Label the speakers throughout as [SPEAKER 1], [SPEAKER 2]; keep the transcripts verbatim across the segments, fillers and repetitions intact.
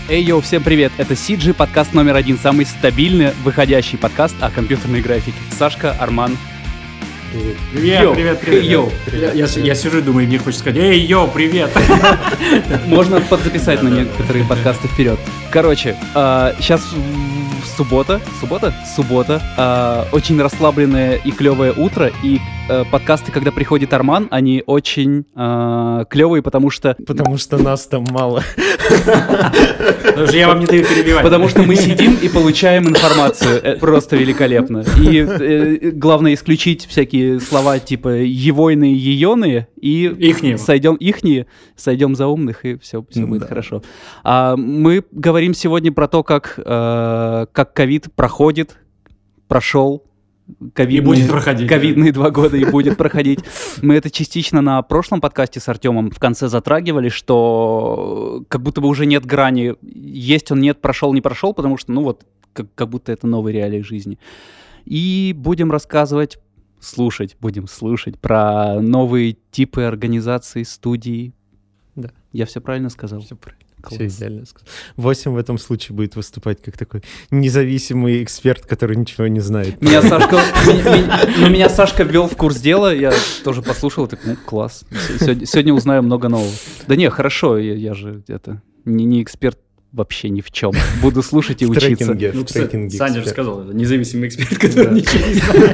[SPEAKER 1] Эй, йоу, всем привет! Это си джи, подкаст номер один, самый стабильный выходящий подкаст о компьютерной графике. Сашка, Арман.
[SPEAKER 2] Привет, привет, йоу. привет, привет.
[SPEAKER 1] Эй, йоу.
[SPEAKER 2] Я, я, я сижу и думаю, мне хочется сказать, эй, йоу, привет!
[SPEAKER 1] Можно подзаписать на некоторые подкасты вперед. Короче, сейчас суббота, суббота? Суббота. Очень расслабленное и клевое утро, и подкасты, когда приходит Арман, они очень э, клевые, потому что...
[SPEAKER 3] Потому что нас там мало.
[SPEAKER 2] Потому что я вам не даю перебивать.
[SPEAKER 1] Потому что мы сидим и получаем информацию. Просто великолепно. И э, главное исключить всякие слова типа «евойные», «еёные» и
[SPEAKER 2] ихние.
[SPEAKER 1] Сойдем ихние, сойдем за умных, и все, все будет да. хорошо. А мы говорим сегодня про то, как э, как ковид проходит, прошел, Ковидные,
[SPEAKER 2] и будет проходить.
[SPEAKER 1] Ковидные два года и будет проходить. Мы это частично на прошлом подкасте с Артемом в конце затрагивали, что как будто бы уже нет грани. Есть он, нет, прошел, не прошел, потому что, ну вот, как, как будто это новые реалии жизни. И будем рассказывать, слушать, будем слушать про новые типы организации, студий.
[SPEAKER 3] Да.
[SPEAKER 1] Я все правильно сказал?
[SPEAKER 3] Все правильно. Все идеально сказал. Восемь в этом случае будет выступать как такой независимый эксперт, который ничего не знает.
[SPEAKER 1] Меня Сашка, ну, меня Сашка ввел в курс дела, я тоже послушал, так, ну, класс. Сегодня, сегодня узнаю много нового. Да не, хорошо, я, я же это не, не эксперт вообще ни в чем. Буду слушать и учиться.
[SPEAKER 2] Трекинге, ну, кстати, Саня же сказал, это независимый эксперт, который ничего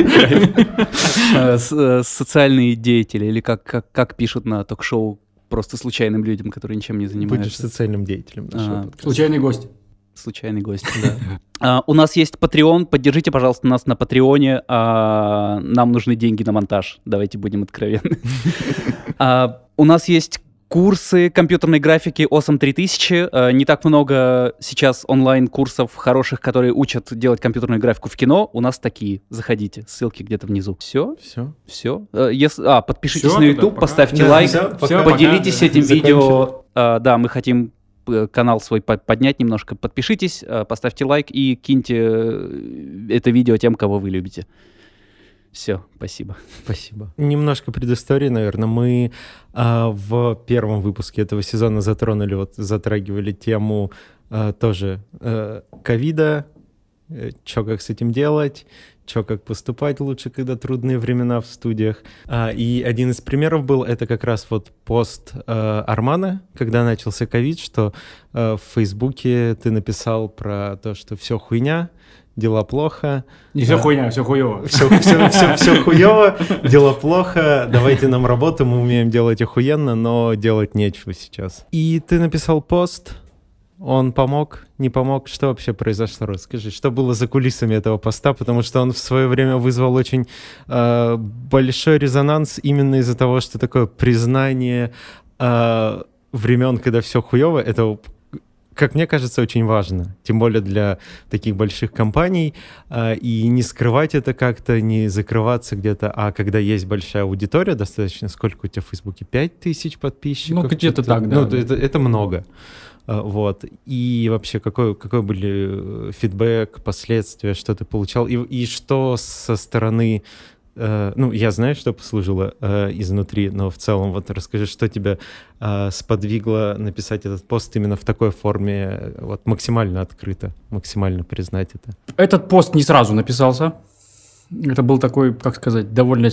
[SPEAKER 2] не
[SPEAKER 1] знает. Социальные деятели, или как пишут на ток-шоу, просто случайным людям, которые ничем не занимаются.
[SPEAKER 3] Будешь социальным деятелем нашего подкаста.
[SPEAKER 2] Случайный гость.
[SPEAKER 1] Случайный гость, да. uh, у нас есть Patreon, поддержите, пожалуйста, нас на Патреоне. Uh, нам нужны деньги на монтаж, давайте будем откровенны. uh, у нас есть курсы компьютерной графики Awesome три тысячи. Uh, не так много сейчас онлайн-курсов хороших, которые учат делать компьютерную графику в кино. У нас такие. Заходите. Ссылки где-то внизу. Все?
[SPEAKER 3] Все.
[SPEAKER 1] Все. Uh, если... А, подпишитесь
[SPEAKER 2] все,
[SPEAKER 1] на YouTube,
[SPEAKER 2] пока.
[SPEAKER 1] поставьте
[SPEAKER 2] да,
[SPEAKER 1] лайк,
[SPEAKER 2] все, все,
[SPEAKER 1] поделитесь
[SPEAKER 2] пока,
[SPEAKER 1] этим
[SPEAKER 2] да.
[SPEAKER 1] видео. Uh, да, мы хотим канал свой поднять немножко. Подпишитесь, uh, поставьте лайк и киньте это видео тем, кого вы любите. Все, спасибо.
[SPEAKER 3] Спасибо. Немножко предыстории, наверное. Мы а, в первом выпуске этого сезона затронули, вот затрагивали тему а, тоже ковида, э, что как с этим делать, что как поступать лучше, когда трудные времена в студиях. А, и один из примеров был, это как раз вот пост а, Армана, когда начался ковид, что а, в Фейсбуке ты написал про то, что все хуйня, дела плохо.
[SPEAKER 2] Не все да. хуйня, все хуево.
[SPEAKER 3] Все, все, все, все хуево, дела плохо, давайте нам работу, мы умеем делать охуенно, но делать нечего сейчас. И ты написал пост, он помог, не помог, что вообще произошло? Расскажи, что было за кулисами этого поста, потому что он в свое время вызвал очень э, большой резонанс именно из-за того, что такое признание э, времен, когда все хуево, это, как мне кажется, очень важно, тем более для таких больших компаний, э, и не скрывать это как-то, не закрываться где-то, а когда есть большая аудитория, достаточно, сколько у тебя в Фейсбуке, пять тысяч подписчиков?
[SPEAKER 2] Ну, где-то так, да.
[SPEAKER 3] Ну, да. Это, это много. Uh, вот. И вообще, какой, какой были фидбэк, последствия, что ты получал, и, и что со стороны... Uh, ну, я знаю, что послужило uh, изнутри, но в целом вот расскажи, что тебя uh, сподвигло написать этот пост именно в такой форме, вот максимально открыто, максимально признать это.
[SPEAKER 2] Этот пост не сразу написался. Это был такой, как сказать, довольно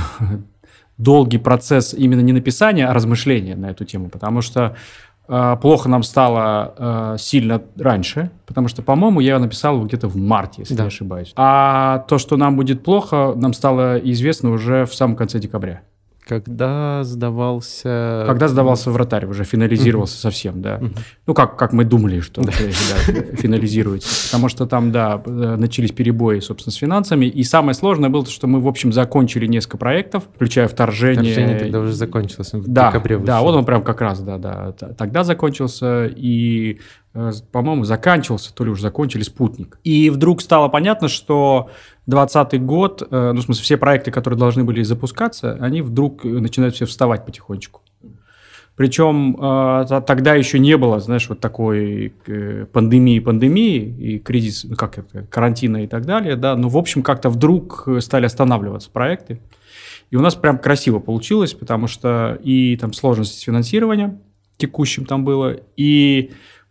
[SPEAKER 2] долгий процесс именно не написания, а размышления на эту тему, потому что Uh, плохо нам стало uh, сильно раньше, потому что, по-моему, я написал где-то в марте, если да. не ошибаюсь. А то, что нам будет плохо, нам стало известно уже в самом конце декабря.
[SPEAKER 3] Когда сдавался...
[SPEAKER 2] Когда сдавался вратарь, уже финализировался uh-huh. совсем, да. Uh-huh. Ну, как, как мы думали, что да. Да, финализируется. Потому что там, да, начались перебои, собственно, с финансами. И самое сложное было, что мы, в общем, закончили несколько проектов, включая вторжение.
[SPEAKER 3] Вторжение тогда уже закончилось, в
[SPEAKER 2] да,
[SPEAKER 3] декабре вышел.
[SPEAKER 2] Да, вот он прям как раз, да, да, тогда закончился. И, по-моему, заканчивался, то ли уже закончили «Спутник». И вдруг стало понятно, что двадцатый год, ну, в смысле, все проекты, которые должны были запускаться, они вдруг начинают все вставать потихонечку. Причем э, тогда еще не было, знаешь, вот такой э, пандемии, пандемии и кризис, ну, как это, карантина и так далее, да, но, в общем, как-то вдруг стали останавливаться проекты. И у нас прям красиво получилось, потому что и там сложность с финансированием текущим там было, и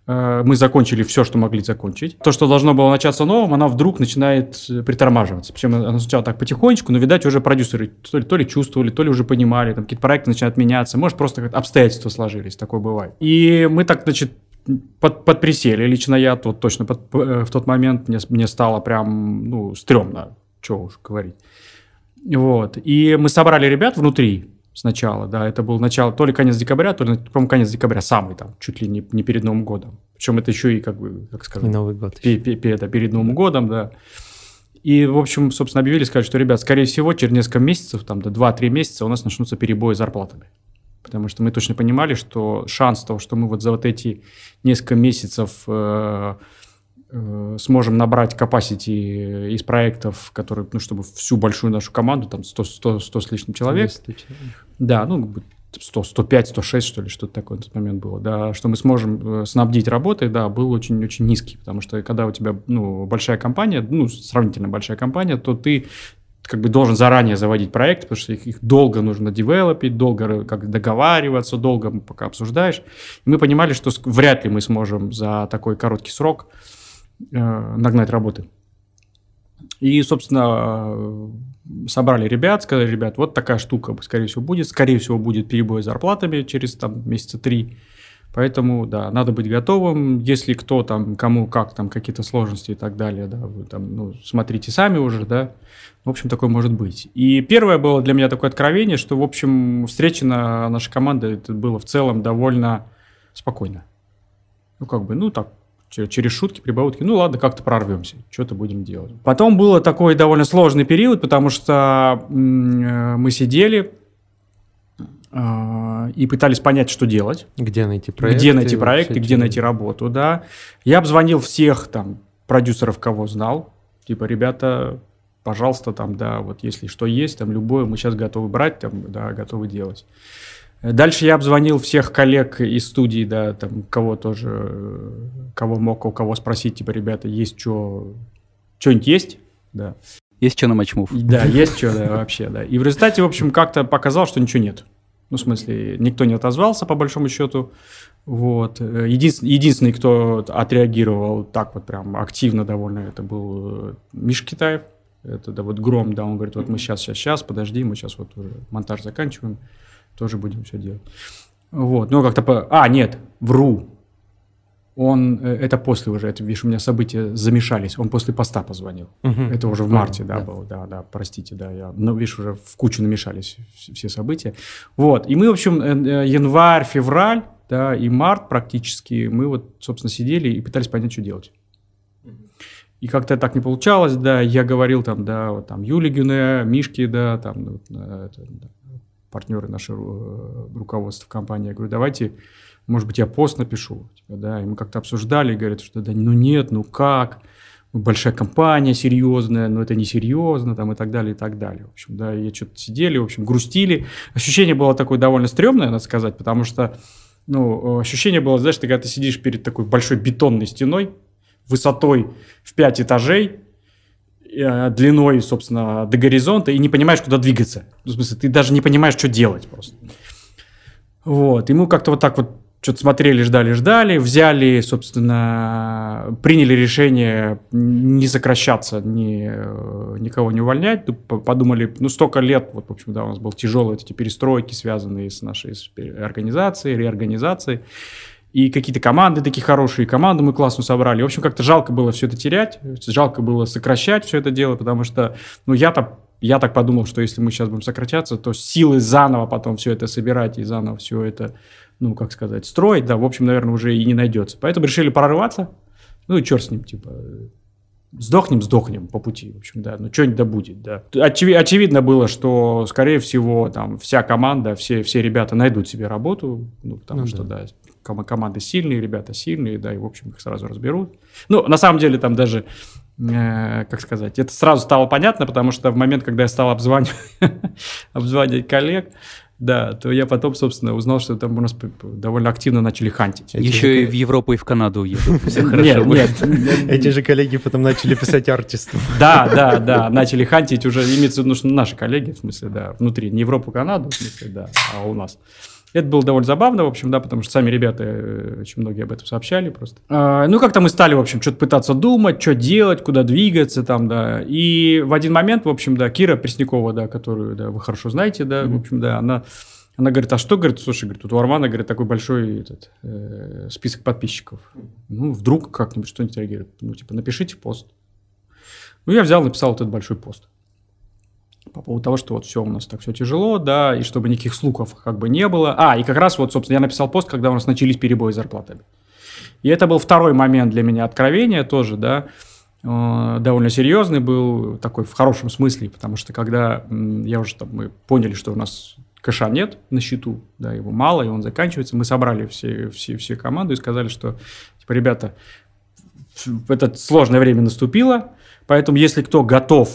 [SPEAKER 2] мы закончили все, что могли закончить. То, что должно было начаться новым, оно вдруг начинает притормаживаться. Причем оно сначала так потихонечку, но, видать, уже продюсеры то ли, то ли чувствовали, то ли уже понимали, там какие-то проекты начинают меняться, может, просто как-то обстоятельства сложились, такое бывает. И мы так, значит, под, подприсели. Лично я тут точно под, в тот момент мне, мне стало прям, ну, стрёмно, чего уж говорить. Вот. И мы собрали ребят внутри, сначала, да, это был начало, то ли конец декабря, то ли, по-моему, конец декабря, самый там, чуть ли не, не перед Новым годом. Причем это еще и, как бы, как сказать,
[SPEAKER 3] и Новый год.
[SPEAKER 2] Пе- пе- пе- это перед Новым годом, да. И, в общем, собственно, объявили, сказали, что, ребят, скорее всего, через несколько месяцев, там, до два-три месяца у нас начнутся перебои с зарплатами. Потому что мы точно понимали, что шанс того, что мы вот за вот эти несколько месяцев э- э- сможем набрать capacity из проектов, которые, ну, чтобы всю большую нашу команду, там, сто, сто, сто с лишним человек, да, ну, сто, сто пять, сто шесть, что ли, что-то такое на тот момент было, да, что мы сможем э, снабдить работой, да, был очень-очень низкий, потому что когда у тебя, ну, большая компания, ну, сравнительно большая компания, то ты как бы должен заранее заводить проект, потому что их, их долго нужно девелопить, долго как договариваться, долго пока обсуждаешь. И мы понимали, что вряд ли мы сможем за такой короткий срок э, нагнать работы. И, собственно, собрали ребят, сказали, ребят, вот такая штука, скорее всего, будет. Скорее всего, будет перебой с зарплатами через там, месяца три. Поэтому, да, надо быть готовым. Если кто там, кому как, там какие-то сложности и так далее, да, вы там, ну, смотрите сами уже, да. В общем, такое может быть. И первое было для меня такое откровение, что, в общем, встречена наша команда, это было в целом довольно спокойно. Ну, как бы, ну, так, через шутки, прибаутки, ну ладно, как-то прорвемся, что-то будем делать. Потом был такой довольно сложный период, потому что мы сидели э, и пытались понять, что делать.
[SPEAKER 3] Где найти проекты.
[SPEAKER 2] Где найти проекты, где найти работу, да. Я обзвонил всех там продюсеров, кого знал, типа, ребята, пожалуйста, там, да, вот если что есть, там, любое, мы сейчас готовы брать, там, да, готовы делать. Дальше я обзвонил всех коллег из студии, да, там, кого тоже, кого мог, у кого спросить, типа, ребята, есть что, что-нибудь есть, да.
[SPEAKER 1] Есть что на матчмув.
[SPEAKER 2] Да, есть что, да, вообще, да. И в результате, в общем, как-то показал, что ничего нет. Ну, в смысле, никто не отозвался, по большому счету. Вот. Единственный, единственный, кто отреагировал так вот прям активно довольно, это был Миша Китаев. Это, да, вот Гром, да, он говорит, вот мы сейчас, сейчас, сейчас, подожди, мы сейчас вот уже монтаж заканчиваем. Тоже будем все делать. Вот, ну как-то по... А, нет, вру. Он, это после уже, это, видишь, у меня события замешались. Он после поста позвонил. Угу. Это уже в марте, да, да, был, да, да, простите, да, я, ну, видишь, уже в кучу намешались все события. Вот, и мы, в общем, январь, февраль, да, и март практически, мы вот, собственно, сидели и пытались понять, что делать. И как-то так не получалось, да, я говорил там, да, вот там Юле Гюне, Мишке, да, там, вот, это, да, партнеры нашего руководства компании, я говорю, давайте, может быть, я пост напишу, типа, да, и мы как-то обсуждали, и говорят, что да, ну нет, ну как, большая компания серьезная, но это не серьезно, там, и так далее, и так далее, в общем, да, и что-то сидели, в общем, грустили, ощущение было такое довольно стрёмное, надо сказать, потому что, ну, ощущение было, знаешь, ты, когда ты сидишь перед такой большой бетонной стеной, высотой в пять этажей, длиной, собственно, до горизонта, и не понимаешь, куда двигаться. В смысле, ты даже не понимаешь, что делать просто. Вот. И мы как-то вот так вот что-то смотрели, ждали, ждали, взяли, собственно, приняли решение не сокращаться, ни, никого не увольнять. Подумали, ну, столько лет, вот, в общем, да, у нас были тяжелые эти перестройки, связанные с нашей организацией, реорганизацией. И какие-то команды такие хорошие, команду мы классную собрали. В общем, как-то жалко было все это терять, жалко было сокращать все это дело, потому что, ну, я-то, я так подумал, что если мы сейчас будем сокращаться, то силы заново потом все это собирать и заново все это, ну, как сказать, строить, да, в общем, наверное, уже и не найдется. Поэтому решили прорываться, ну, и черт с ним, типа, сдохнем, сдохнем по пути, в общем, да, ну, что-нибудь да будет, да. Очевид, очевидно было, что, скорее всего, там, вся команда, все, все ребята найдут себе работу, ну, потому ну, что, да, да команды сильные, ребята сильные, да, и, в общем, их сразу разберут. Ну, на самом деле, там даже, э, как сказать, это сразу стало понятно, потому что в момент, когда я стал обзванивать, обзванивать коллег, да, то я потом, собственно, узнал, что там у нас довольно активно начали хантить.
[SPEAKER 1] Еще и в Европу, и в Канаду уедут. Все хорошо.
[SPEAKER 3] Нет, нет. Эти же коллеги потом начали писать артистам.
[SPEAKER 2] Да, да, да, начали хантить уже, имеется в виду, что наши коллеги, в смысле, да, внутри, не Европу, Канаду, в смысле, да, а у нас. Это было довольно забавно, в общем, да, потому что сами ребята, очень многие об этом сообщали просто. А, ну, как-то мы стали, в общем, что-то пытаться думать, что делать, куда двигаться там, да. И в один момент, в общем, да, Кира Преснякова, да, которую, да, вы хорошо знаете, да, mm-hmm. в общем, да, она, она говорит, а что, говорит, слушай, говорит, тут у Армана, говорит, такой большой этот, э, список подписчиков. Ну, вдруг как-нибудь что-нибудь реагирует. Ну, типа, напишите пост. Ну, я взял, написал вот этот большой пост. По поводу того, что вот все у нас так все тяжело, да, и чтобы никаких слухов как бы не было. А, и как раз вот, собственно, я написал пост, когда у нас начались перебои с зарплатами. И это был второй момент для меня откровения тоже, да, э, довольно серьезный был, такой в хорошем смысле, потому что когда м, я уже там, мы поняли, что у нас кэша нет на счету, да, его мало, и он заканчивается, мы собрали все, все, все команду и сказали, что, типа, ребята, в это сложное время наступило, поэтому если кто готов,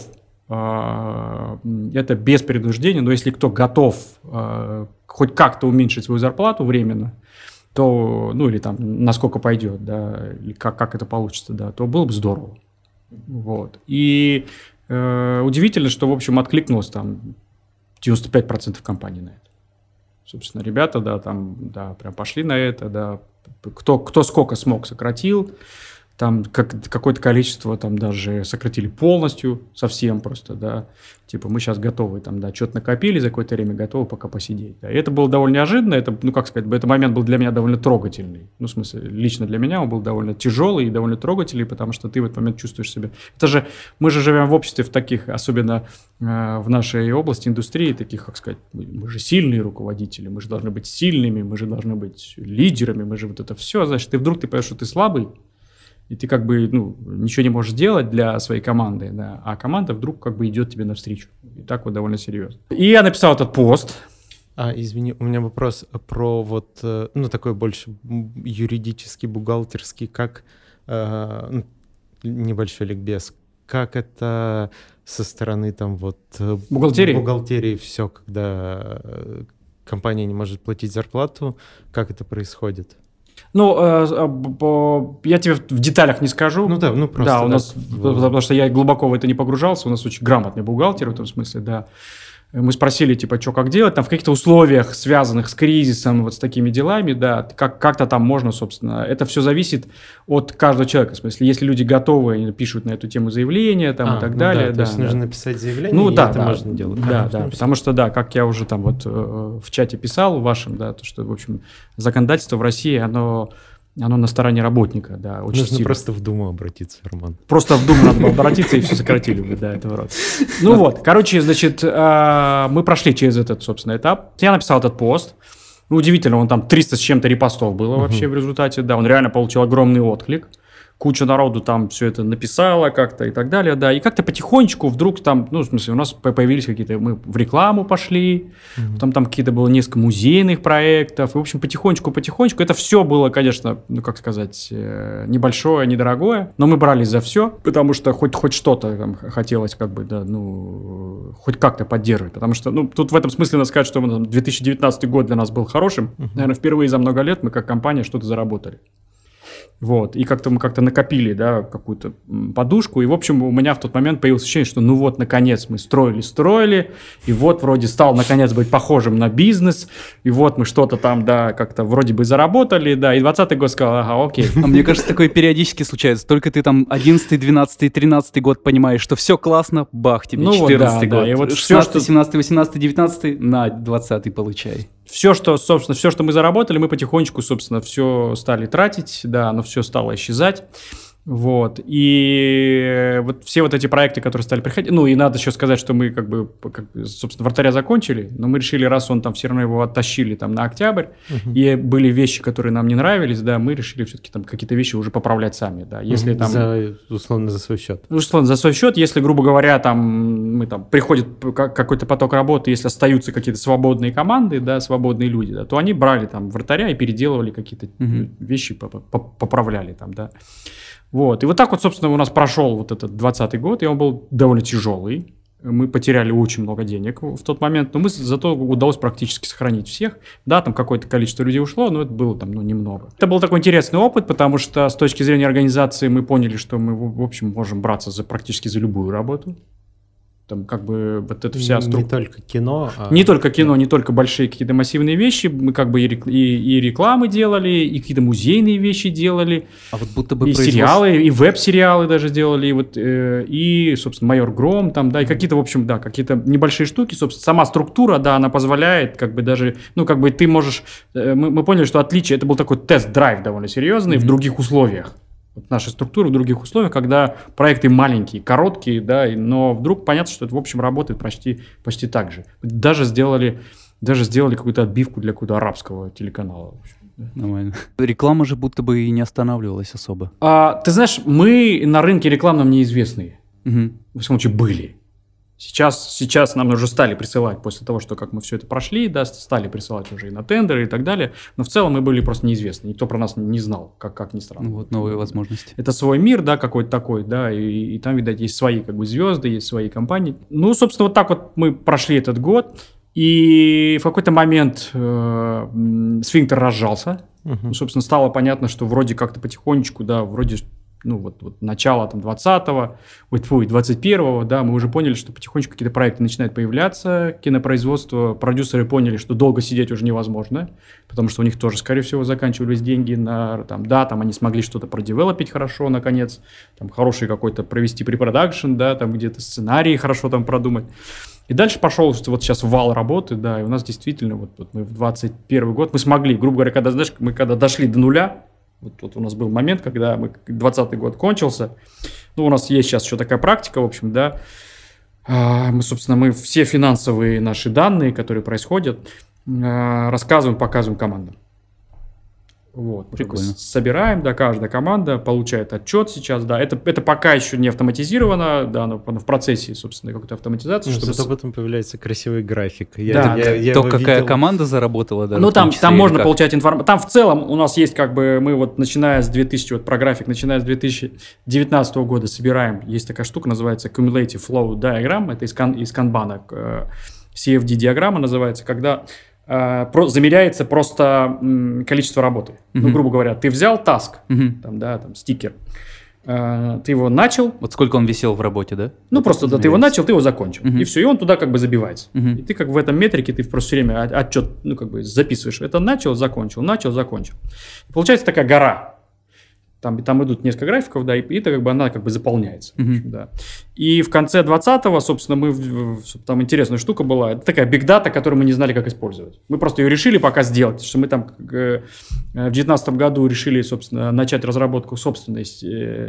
[SPEAKER 2] это без принуждения, но если кто готов э, хоть как-то уменьшить свою зарплату временно, то, ну, или там, насколько пойдет, да, или как, как это получится, да, то было бы здорово. Вот. И э, удивительно, что, в общем, откликнулось там девяносто пять процентов компаний на это. Собственно, ребята, да, там, да, прям пошли на это, да, кто, кто сколько смог, сократил. Там как, какое-то количество там даже сократили полностью, совсем просто, да. Типа мы сейчас готовы, там, да, что-то накопили за какое-то время, готовы пока посидеть. Да. И это было довольно неожиданно, это, ну, как сказать, этот момент был для меня довольно трогательный. Ну, в смысле, лично для меня он был довольно тяжелый и довольно трогательный, потому что ты в этот момент чувствуешь себя... Это же, мы же живем в обществе в таких, особенно э, в нашей области индустрии, таких, как сказать, мы, мы же сильные руководители, мы же должны быть сильными, мы же должны быть лидерами, мы же вот это все, значит, ты вдруг ты понимаешь, что ты слабый, и ты как бы, ну, ничего не можешь сделать для своей команды, да, а команда вдруг как бы идет тебе навстречу. И так вот довольно серьезно. И я написал этот пост.
[SPEAKER 3] А, извини, у меня вопрос про вот, ну, такой больше юридический, бухгалтерский, как, э, небольшой ликбез, как это со стороны там вот...
[SPEAKER 2] Бухгалтерии?
[SPEAKER 3] Бухгалтерии все, когда компания не может платить зарплату, как это происходит?
[SPEAKER 2] Ну, э, я тебе в деталях не скажу.
[SPEAKER 3] Ну да, ну просто.
[SPEAKER 2] Да, у нас, да, потому что я глубоко в это не погружался, у нас очень грамотный бухгалтер в этом смысле, да. Мы спросили, типа, что, как делать, там в каких-то условиях, связанных с кризисом, вот с такими делами, да, как- как-то там можно, собственно, это все зависит от каждого человека, в смысле, если люди готовы, они пишут на эту тему заявления, там,
[SPEAKER 3] а,
[SPEAKER 2] и так
[SPEAKER 3] ну
[SPEAKER 2] далее.
[SPEAKER 3] Да,
[SPEAKER 2] да,
[SPEAKER 3] то есть
[SPEAKER 2] да.
[SPEAKER 3] нужно написать заявление,
[SPEAKER 2] ну,
[SPEAKER 3] и
[SPEAKER 2] да,
[SPEAKER 3] это
[SPEAKER 2] да,
[SPEAKER 3] можно делать.
[SPEAKER 2] Да,
[SPEAKER 3] а,
[SPEAKER 2] да, потому что, да, как я уже там вот э, в чате писал вашем, да, то, что, в общем, законодательство в России, оно... Оно на стороне работника, да, очень
[SPEAKER 3] Нужно
[SPEAKER 2] сильно.
[SPEAKER 3] просто в Думу обратиться, Роман.
[SPEAKER 2] Просто в Думу надо было обратиться, и все сократили бы, да, этого рода. Ну вот, короче, значит, мы прошли через этот, собственно, этап. Я написал этот пост. Удивительно, он там триста с чем-то репостов было вообще в результате, да, он реально получил огромный отклик. Куча народу там все это написала как-то и так далее, да. И как-то потихонечку вдруг там, ну, в смысле, у нас появились какие-то, мы в рекламу пошли, mm-hmm. там, там какие-то было несколько музейных проектов. И, в общем, потихонечку-потихонечку. Это все было, конечно, ну, как сказать, небольшое, недорогое. Но мы брались за все, потому что хоть, хоть что-то там хотелось как бы, да, ну, хоть как-то поддерживать. Потому что, ну, тут в этом смысле надо сказать, что две тысячи девятнадцатый год для нас был хорошим. Mm-hmm. Наверное, впервые за много лет мы как компания что-то заработали. Вот, и как-то мы как-то накопили, да, какую-то подушку, и, в общем, у меня в тот момент появилось ощущение, что, ну вот, наконец, мы строили-строили, и вот, вроде, стал, наконец, быть похожим на бизнес, и вот мы что-то там, да, как-то вроде бы заработали, да, и двадцатый год сказал, ага, окей.
[SPEAKER 1] А мне кажется, такое периодически случается, только ты там одиннадцатый, двенадцатый, тринадцатый год понимаешь, что все классно, бах, тебе
[SPEAKER 2] ну,
[SPEAKER 1] четырнадцатый
[SPEAKER 2] вот, да,
[SPEAKER 1] год,
[SPEAKER 2] да, и вот
[SPEAKER 1] шестнадцатый,
[SPEAKER 2] все, что...
[SPEAKER 1] семнадцатый, восемнадцатый, девятнадцатый, на, двадцатый получай.
[SPEAKER 2] Все, что, собственно, все, что мы заработали, мы потихонечку, собственно, все стали тратить, да, но все стало исчезать. Вот, и вот все вот эти проекты, которые стали приходить, ну, и надо еще сказать, что мы, как бы, как, собственно, вратаря закончили, но мы решили, раз он там все равно его оттащили там на октябрь, uh-huh. и были вещи, которые нам не нравились, да, мы решили все-таки там какие-то вещи уже поправлять сами, да, если uh-huh. там...
[SPEAKER 3] За, условно, за свой счет.
[SPEAKER 2] Условно, за свой счет, если, грубо говоря, там, мы там, приходит какой-то поток работы, если остаются какие-то свободные команды, да, свободные люди, да, то они брали там вратаря и переделывали какие-то uh-huh. вещи, поправляли там, да. Вот. И вот так вот, собственно, у нас прошел вот этот двадцатый год, и он был довольно тяжелый. Мы потеряли очень много денег в тот момент, но мы зато удалось практически сохранить всех. Да, там какое-то количество людей ушло, но это было там, ну, немного. Это был такой интересный опыт, потому что с точки зрения организации мы поняли, что мы, в общем, можем браться за, практически за любую работу. там как бы вот эта вся
[SPEAKER 3] Не
[SPEAKER 2] структура.
[SPEAKER 3] только кино. а-
[SPEAKER 2] Не только кино, не только большие какие-то массивные вещи. Мы как бы и, рек- и- и рекламы делали, и какие-то музейные вещи делали,
[SPEAKER 1] А вот будто бы
[SPEAKER 2] и
[SPEAKER 1] производство-
[SPEAKER 2] сериалы, и веб-сериалы даже делали, и, вот, э, и, собственно, «Майор Гром», там, да, и какие-то, в общем, да, какие-то небольшие штуки, собственно, сама структура, да, она позволяет, как бы даже, ну, как бы ты можешь, э, мы, мы поняли, что отличие, это был такой тест-драйв довольно серьезный в других условиях. Вот наша структура в других условиях, когда проекты маленькие, короткие, да, и- но вдруг понятно, что это, в общем, работает почти, почти так же. Даже сделали, даже сделали какую-то отбивку для какого-то арабского телеканала. В общем, да.
[SPEAKER 1] Нормально. Реклама же будто бы и не останавливалась особо.
[SPEAKER 2] А, ты знаешь, мы на рынке рекламном неизвестные.
[SPEAKER 1] Мгм.
[SPEAKER 2] В всяком случае, были. Сейчас, сейчас нам уже стали присылать, после того, что как мы все это прошли, да, стали присылать уже и на тендеры и так далее. Но в целом мы были просто неизвестны. Никто про нас не знал, как, как ни странно.
[SPEAKER 1] Ну вот новые возможности.
[SPEAKER 2] Это свой мир, да, какой-то такой, да, и, и там, видать, есть свои как бы звезды, есть свои компании. Ну, собственно, вот так вот мы прошли этот год, и в какой-то момент э, м, сфинктер разжался.
[SPEAKER 3] Мгм.
[SPEAKER 2] Ну, собственно, стало понятно, что вроде как-то потихонечку, да, вроде, ну, вот, вот начало там двадцатого, ой, тьфу, двадцать первого, да, мы уже поняли, что потихонечку какие-то проекты начинают появляться, кинопроизводство, продюсеры поняли, что долго сидеть уже невозможно, потому что у них тоже, скорее всего, заканчивались деньги на, там, да, там они смогли что-то продевелопить хорошо, наконец, там, хороший какой-то провести препродакшн, да, там где-то сценарии хорошо там продумать. И дальше пошел вот сейчас вал работы, да, и у нас действительно, вот, вот мы в двадцать первый год, мы смогли, грубо говоря, когда, знаешь, мы когда дошли до нуля, вот, вот у нас был момент, когда мы, двадцатый год кончился, ну, у нас есть сейчас еще такая практика, в общем, да, а, мы, собственно, мы все финансовые наши данные, которые происходят, а, рассказываем, показываем командам. Вот, мы как бы
[SPEAKER 1] Прикольно.
[SPEAKER 2] с- собираем, да, каждая команда получает отчет сейчас, да, это, это пока еще не автоматизировано, да, но в процессе, собственно, какой-то автоматизации,
[SPEAKER 3] Ну,
[SPEAKER 2] чтобы
[SPEAKER 3] зато
[SPEAKER 2] с-
[SPEAKER 3] потом появляется красивый график. Я,
[SPEAKER 2] Да,
[SPEAKER 3] я-
[SPEAKER 2] да.
[SPEAKER 3] я
[SPEAKER 1] То,
[SPEAKER 3] его
[SPEAKER 1] какая
[SPEAKER 3] видел.
[SPEAKER 1] команда заработала, даже.
[SPEAKER 2] Ну,
[SPEAKER 1] в том
[SPEAKER 2] там,
[SPEAKER 1] числе,
[SPEAKER 2] там
[SPEAKER 1] или
[SPEAKER 2] можно
[SPEAKER 1] как?
[SPEAKER 2] получать информацию. Там в целом у нас есть как бы, мы вот начиная с две тысячи, вот про график, начиная с две тысячи девятнадцатого года собираем, есть такая штука, называется Cumulative Flow Diagram, это из, кан, из канбана, э, си эф ди-диаграмма называется, когда э, про, замеряется просто м, количество работы. Ну,
[SPEAKER 1] Мгм.
[SPEAKER 2] грубо говоря, ты взял таск,
[SPEAKER 1] Мгм.
[SPEAKER 2] там, да, там, стикер, э, ты его начал,
[SPEAKER 1] Вот сколько он висел в работе, да?
[SPEAKER 2] ну, просто да, ты его начал, ты его закончил.
[SPEAKER 1] Мгм.
[SPEAKER 2] И все, и он туда как бы забивается.
[SPEAKER 1] Мгм.
[SPEAKER 2] И ты как в этом метрике, ты просто все время от- отчет, ну, как бы записываешь. Это начал, закончил, начал, закончил. И получается такая гора. Там, там идут несколько графиков, да, и, и это как бы она как бы заполняется. в
[SPEAKER 1] Мгм.
[SPEAKER 2] общем, да. И в конце двадцатого, собственно, мы, в- в- там интересная штука была, это такая биг-дата, которую мы не знали, как использовать. Мы просто ее решили пока сделать, что мы там как, э, в девятнадцатом году решили, собственно, начать разработку собственной, с-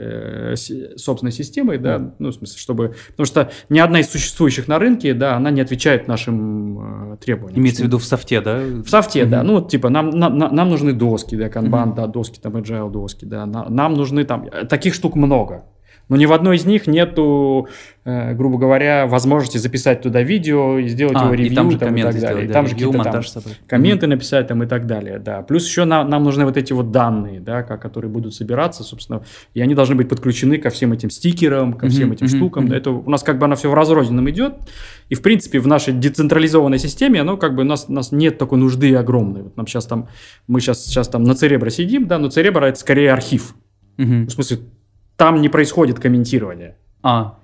[SPEAKER 2] э, с- собственной системы, да, ну, в смысле, чтобы, потому что ни одна из существующих на рынке, да, она не отвечает нашим э, требованиям.
[SPEAKER 1] Имеется в виду в софте, да?
[SPEAKER 2] В софте, да.
[SPEAKER 1] Мгм.
[SPEAKER 2] Ну, вот, типа, нам, на- на- нам нужны доски, да, канбан, да, доски, там, agile доски, да. На- нам нужны там... Таких штук много. Но ни в одной из них нету, э, грубо говоря, возможности записать туда видео и сделать
[SPEAKER 1] А,
[SPEAKER 2] его
[SPEAKER 1] и
[SPEAKER 2] ревью
[SPEAKER 1] там же
[SPEAKER 2] там, и
[SPEAKER 1] комменты
[SPEAKER 2] так далее.
[SPEAKER 1] сделать,
[SPEAKER 2] И
[SPEAKER 1] да,
[SPEAKER 2] там же
[SPEAKER 1] ревью,
[SPEAKER 2] какие-то там
[SPEAKER 1] монтаж собрать.
[SPEAKER 2] комменты написать там и так далее, да. Плюс еще нам, нам нужны вот эти вот данные, да, ка- которые будут собираться, собственно, и они должны быть подключены ко всем этим стикерам, ко всем
[SPEAKER 1] Мгм,
[SPEAKER 2] этим
[SPEAKER 1] мгм,
[SPEAKER 2] штукам.
[SPEAKER 1] мгм.
[SPEAKER 2] Это у нас как бы оно все в разрозненном идет, и в принципе в нашей децентрализованной системе, оно как бы у нас, у нас нет такой нужды огромной. Вот нам сейчас там, мы сейчас, сейчас там на Cerebro сидим, да, но Cerebro это скорее архив.
[SPEAKER 1] Мгм.
[SPEAKER 2] В смысле, там не происходит комментирование.
[SPEAKER 1] А,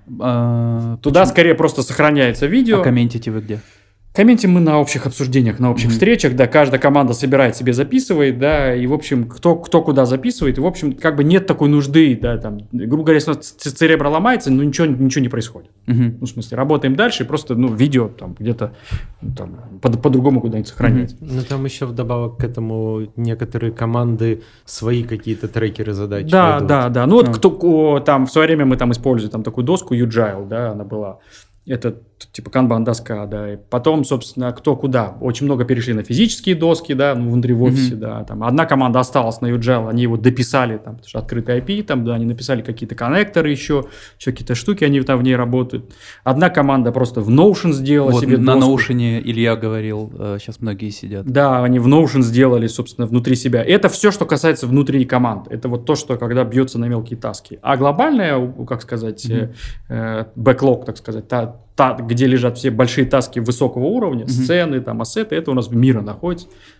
[SPEAKER 1] а,
[SPEAKER 2] Туда скорее просто сохраняется видео.
[SPEAKER 1] а комментите вы где?
[SPEAKER 2] Комментим мы на общих обсуждениях, на общих
[SPEAKER 1] Мгм.
[SPEAKER 2] встречах, да, каждая команда собирает себе, записывает, да, и, в общем, кто, кто куда записывает, и, в общем, как бы нет такой нужды, да, там, грубо говоря, если у нас ц- Cerebro ломается, ну, ничего, ничего не происходит.
[SPEAKER 1] Мгм.
[SPEAKER 2] Ну, в смысле, работаем дальше, и просто, ну, видео там где-то ну, там, по- по-другому куда-нибудь сохраняется.
[SPEAKER 3] Ну, там еще вдобавок к этому некоторые команды свои какие-то трекеры задач
[SPEAKER 2] Да,
[SPEAKER 3] ведут.
[SPEAKER 2] да, да. Ну вот
[SPEAKER 1] А.
[SPEAKER 2] кто о, там в свое время мы там использовали там такую доску Ugile, да, она была. Это типа канбан доска, да. И потом, собственно, кто куда. Очень много перешли на физические доски, да, ну, внутри в офисе,
[SPEAKER 1] Мгм.
[SPEAKER 2] да. Там одна команда осталась на Ugile, они его дописали, там, потому что открытый ай пи, там, да, они написали какие-то коннекторы еще, еще какие-то штуки, они там в ней работают. Одна команда просто в Notion сделала
[SPEAKER 1] Вот
[SPEAKER 2] себе
[SPEAKER 1] на
[SPEAKER 2] доску.
[SPEAKER 1] Notion Илья говорил, сейчас многие сидят.
[SPEAKER 2] Да, они в Notion сделали, собственно, внутри себя. Это все, что касается внутри команд. Это вот то, что когда бьется на мелкие таски. А глобальное, у- как сказать,
[SPEAKER 1] Мгм.
[SPEAKER 2] э, бэклог, так сказать, та, та, где лежат все большие таски высокого уровня,
[SPEAKER 1] Мгм.
[SPEAKER 2] сцены, там, ассеты, это у нас в мире находится.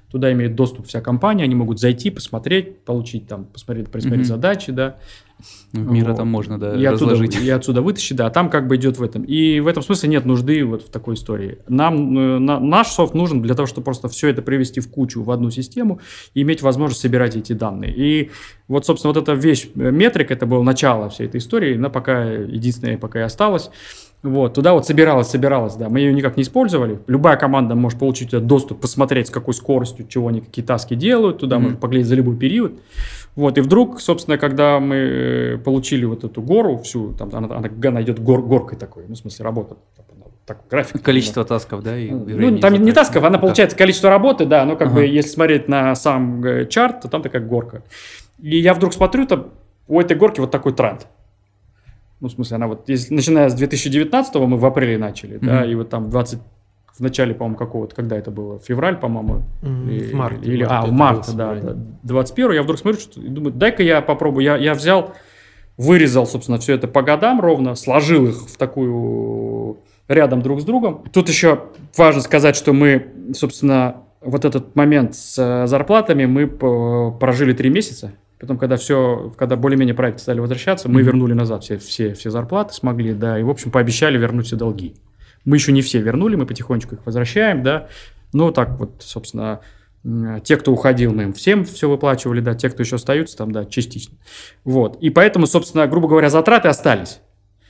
[SPEAKER 2] Туда имеет доступ вся компания, они могут зайти, посмотреть, получить там, посмотреть, посмотреть mm-hmm. задачи, да.
[SPEAKER 1] Мира
[SPEAKER 2] вот.
[SPEAKER 1] там можно, да,
[SPEAKER 2] и
[SPEAKER 1] разложить.
[SPEAKER 2] Оттуда, и отсюда вытащить, да, там как бы идет в этом. И в этом смысле нет нужды вот в такой истории. Нам, на, наш софт нужен для того, чтобы просто все это привести в кучу, в одну систему и иметь возможность собирать эти данные. И вот, собственно, вот эта вещь, метрик, это было начало всей этой истории, она пока единственная пока и осталась. Вот, туда вот собиралась, собиралась, да, мы ее никак не использовали. Любая команда может получить доступ, посмотреть, с какой скоростью, чего они, какие таски делают, туда mm-hmm. можно поглядеть за любой период. Вот, и вдруг, собственно, когда мы получили вот эту гору всю, там, она, она, она идет гор, горкой такой, ну, в смысле, работа. Так, график.
[SPEAKER 1] Количество да. тасков, да? И
[SPEAKER 2] ну, там не тасков, она получается
[SPEAKER 1] так.
[SPEAKER 2] количество работы, да, но как
[SPEAKER 1] ага.
[SPEAKER 2] бы, если смотреть на сам чарт, то там такая горка. И я вдруг смотрю, там у этой горки вот такой тренд. Ну, в смысле, она вот, если, начиная с две тысячи девятнадцатого, мы в апреле начали, mm-hmm. да, и вот там двадцать в начале, по-моему, какого-то, когда это было, февраль, по-моему,
[SPEAKER 3] mm-hmm.
[SPEAKER 2] или,
[SPEAKER 3] в марте.
[SPEAKER 2] Или, а, в марте, да, да, двадцать первого, я вдруг смотрю, что, и думаю, дай-ка я попробую, я, я взял, вырезал, собственно, все это по годам ровно, сложил их в такую, рядом друг с другом. Тут еще важно сказать, что мы, собственно, вот этот момент с зарплатами мы прожили три месяца. Потом, когда все, когда более-менее проекты стали возвращаться, мы mm-hmm. вернули назад все, все, все зарплаты, смогли, да, и, в общем, пообещали вернуть все долги. Мы еще не все вернули, мы потихонечку их возвращаем, да, ну, так вот, собственно, те, кто уходил, мы им всем все выплачивали, да, те, кто еще остаются там, да, частично. Вот, и поэтому, собственно, грубо говоря, затраты остались.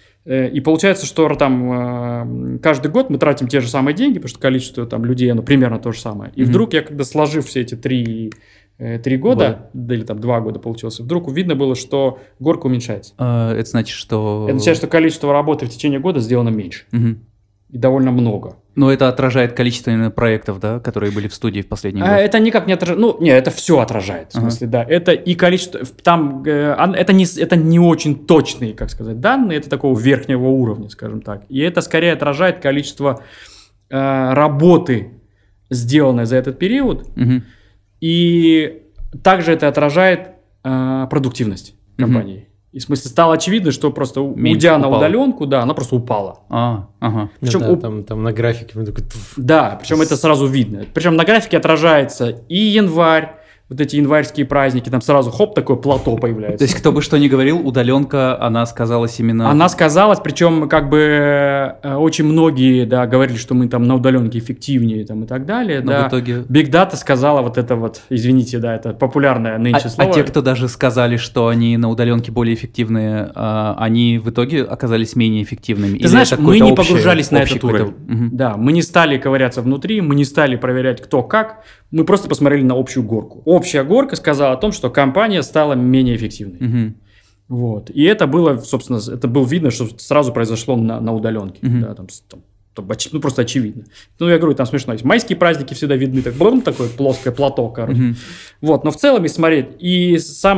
[SPEAKER 2] И получается, что там каждый год мы тратим те же самые деньги, потому что количество там людей, оно примерно то же самое. И mm-hmm. вдруг я, когда сложив все эти три... Три года, да. или там два года получилось, вдруг видно было, что горка уменьшается.
[SPEAKER 1] А, это значит, что...
[SPEAKER 2] Это означает, что количество работы в течение года сделано меньше.
[SPEAKER 1] Угу.
[SPEAKER 2] И довольно много.
[SPEAKER 1] Но это отражает количество именно проектов, да, которые были в студии в последние годы?
[SPEAKER 2] А, это никак не отражает. Ну, не, это все отражает. В смысле, ага. да. Это и количество... Там, э, это, не, это не очень точные, как сказать, данные. Это такого верхнего уровня, скажем так. И это скорее отражает количество э, работы, сделанной за этот период. Угу. И также это отражает э, продуктивность компании. Mm-hmm. И в смысле стало очевидно, что просто меньше уйдя упала. На удаленку, да, она просто упала.
[SPEAKER 1] А, ага.
[SPEAKER 2] Причем,
[SPEAKER 3] да,
[SPEAKER 2] у...
[SPEAKER 3] там, там на графике. Такой...
[SPEAKER 2] Да, причем это сразу видно. Причем на графике отражается и январь, вот эти январьские праздники, там сразу хоп, такое плато появляется.
[SPEAKER 1] То есть, кто бы что ни говорил, удаленка, она сказалась именно...
[SPEAKER 2] Она сказалась, причем как бы очень многие, да, говорили, что мы там на удаленке эффективнее там, и так далее.
[SPEAKER 1] Но
[SPEAKER 2] да.
[SPEAKER 1] в итоге...
[SPEAKER 2] Big Data сказала вот это вот, извините, да, это популярное нынче
[SPEAKER 1] а,
[SPEAKER 2] слово.
[SPEAKER 1] А те, кто даже сказали, что они на удаленке более эффективные, а, они в итоге оказались менее эффективными?
[SPEAKER 2] Ты Или знаешь, мы не общее, погружались на этот уровень.
[SPEAKER 1] Угу.
[SPEAKER 2] Да, мы не стали ковыряться внутри, мы не стали проверять, кто как. Мы просто посмотрели на общую горку. Общая горка сказала о том, что компания стала менее эффективной.
[SPEAKER 1] Угу.
[SPEAKER 2] Вот. И это было, собственно, это было видно, что сразу произошло на, на удаленке. Угу. Да, там, там, ну, просто очевидно. Ну, я говорю, там смешно. Майские праздники всегда видны, так, брум, такое плоское плато, короче. Mm-hmm. Вот, но в целом, если смотреть, и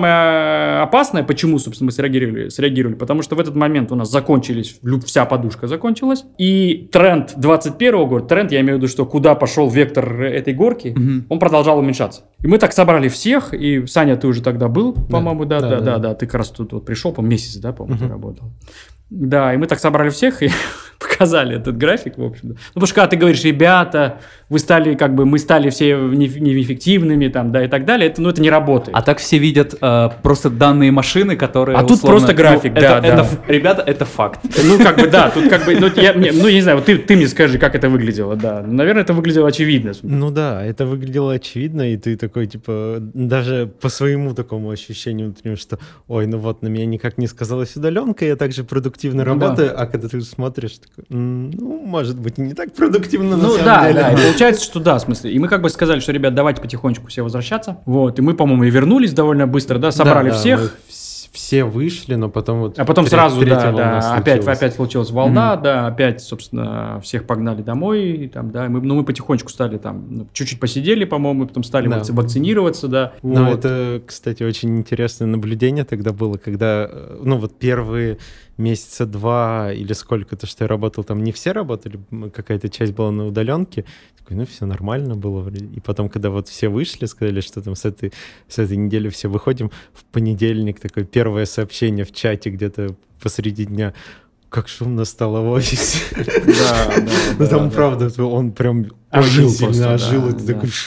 [SPEAKER 2] самое опасное, почему, собственно, мы среагировали, среагировали, потому что в этот момент у нас закончились, вся подушка закончилась, и тренд двадцать первого года, тренд, я имею в виду, что куда пошел вектор этой горки, mm-hmm. он продолжал уменьшаться. И мы так собрали всех, и, Саня, ты уже тогда был, по-моему, да, да, да, да, да, да. Ты как раз тут вот пришел, по месяц, да, по-моему, mm-hmm. ты работал. Да, и мы так собрали всех и показали этот график, в общем. Ну, потому что когда ты говоришь, ребята, вы стали, как бы, мы стали все неэффективными, там, да, и так далее, это, ну, это не работает.
[SPEAKER 1] А так все видят э, просто данные машины, которые,
[SPEAKER 2] А условно, тут просто график,
[SPEAKER 1] ну,
[SPEAKER 2] да,
[SPEAKER 1] это,
[SPEAKER 2] да.
[SPEAKER 1] Это, ребята, это факт.
[SPEAKER 2] Ну, как бы, да, тут как бы, ну, я, ну, я не знаю, вот ты, ты мне скажи, как это выглядело, да. Наверное, это выглядело очевидно.
[SPEAKER 3] Ну, да, это выглядело очевидно, и ты такой, типа, даже по своему такому ощущению внутреннему, что, ой, ну вот, на меня никак не сказалась удаленка, я также продуктивно работаю, да. А когда ты смотришь, такой, ну, может быть, не так продуктивно на
[SPEAKER 2] ну,
[SPEAKER 3] самом
[SPEAKER 2] да,
[SPEAKER 3] деле.
[SPEAKER 2] Да, да, получается, что да, в смысле. И мы как бы сказали, что, ребят, давайте потихонечку все возвращаться. Вот, и мы, по-моему, и вернулись довольно быстро, да, собрали да, да, всех.
[SPEAKER 3] Все вышли, но потом вот...
[SPEAKER 2] А потом
[SPEAKER 3] треть,
[SPEAKER 2] сразу, да, да, опять,
[SPEAKER 3] случилась.
[SPEAKER 2] опять случилась волна, mm-hmm. да, опять, собственно, всех погнали домой, там, да, мы, ну, мы потихонечку стали там, ну, чуть-чуть посидели, по-моему, потом стали да. вакцинироваться, да.
[SPEAKER 3] Ну,
[SPEAKER 2] вот.
[SPEAKER 3] Это, кстати, очень интересное наблюдение тогда было, когда, ну, вот первые месяца два или сколько-то, что я работал, там не все работали, какая-то часть была на удаленке, такой, ну, все нормально было. И потом, когда вот все вышли, сказали, что там с этой, с этой недели все выходим, в понедельник такое первое сообщение в чате где-то посреди дня, как шумно стало в офисе.
[SPEAKER 2] Да, да,
[SPEAKER 3] Ну, там, правда, он прям очень сильно ожил, и ты такой...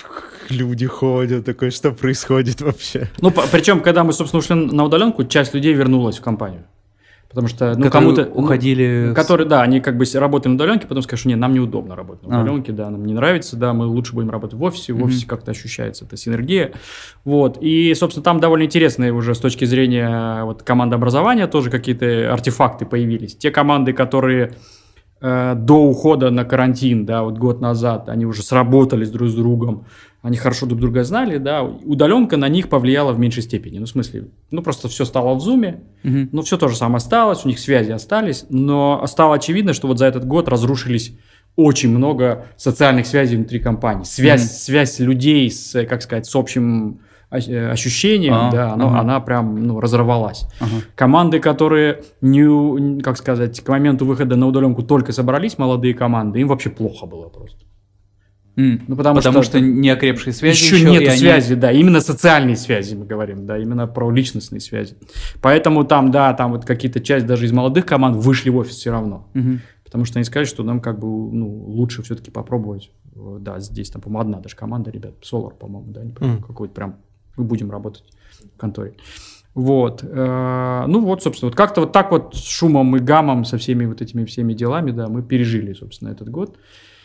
[SPEAKER 3] люди ходят, такое, что происходит вообще?
[SPEAKER 2] Ну, по- причем, когда мы, собственно, ушли на удаленку, часть людей вернулась в компанию. Потому что, ну,
[SPEAKER 1] Которые
[SPEAKER 2] кому-то...
[SPEAKER 1] уходили...
[SPEAKER 2] Ну, которые, да, они как бы с- работали на удаленке, потом скажут, что нет, нам неудобно работать на
[SPEAKER 1] А.
[SPEAKER 2] удаленке, да, нам не нравится, да, мы лучше будем работать в офисе, в
[SPEAKER 1] Мгм.
[SPEAKER 2] офисе как-то ощущается эта синергия. Вот, и, собственно, там довольно интересные уже с точки зрения вот, командообразования тоже какие-то артефакты появились. Те команды, которые э, до ухода на карантин, да, вот год назад, они уже сработались друг с другом, они хорошо друг друга знали, да, удаленка на них повлияла в меньшей степени. Ну, в смысле, ну, просто все стало в зуме,
[SPEAKER 1] Мгм.
[SPEAKER 2] ну, все то же самое осталось, у них связи остались, но стало очевидно, что вот за этот год разрушились очень много социальных связей внутри компании. Связь,
[SPEAKER 1] Мгм.
[SPEAKER 2] связь людей с, как сказать, с общим ощ- э, ощущением,
[SPEAKER 1] А,
[SPEAKER 2] да, оно-
[SPEAKER 1] ага.
[SPEAKER 2] она прям, ну, разорвалась.
[SPEAKER 1] Ага.
[SPEAKER 2] Команды, которые, не, как сказать, к моменту выхода на удаленку только собрались, молодые команды, им вообще плохо было просто.
[SPEAKER 1] М.
[SPEAKER 2] Ну, потому,
[SPEAKER 1] Потому
[SPEAKER 2] что,
[SPEAKER 1] что неокрепшие связи
[SPEAKER 2] еще,
[SPEAKER 1] еще,
[SPEAKER 2] нет
[SPEAKER 1] и они-
[SPEAKER 2] связи, да, именно социальные связи мы говорим, да, именно про личностные связи. Поэтому там, да, там вот какие-то часть даже из молодых команд вышли в офис все равно.
[SPEAKER 1] Мгм.
[SPEAKER 2] Потому что они сказали, что нам как бы, ну, лучше все-таки попробовать. э, Да, здесь там, по-моему, одна даже команда, ребят, Solar, по-моему, да, не помню,
[SPEAKER 3] Мгм.
[SPEAKER 2] какой-то прям, мы будем работать в конторе. Вот. э, Ну вот, собственно, вот как-то вот так вот с шумом и гамом, со всеми вот этими всеми делами, да, мы пережили, собственно, этот год.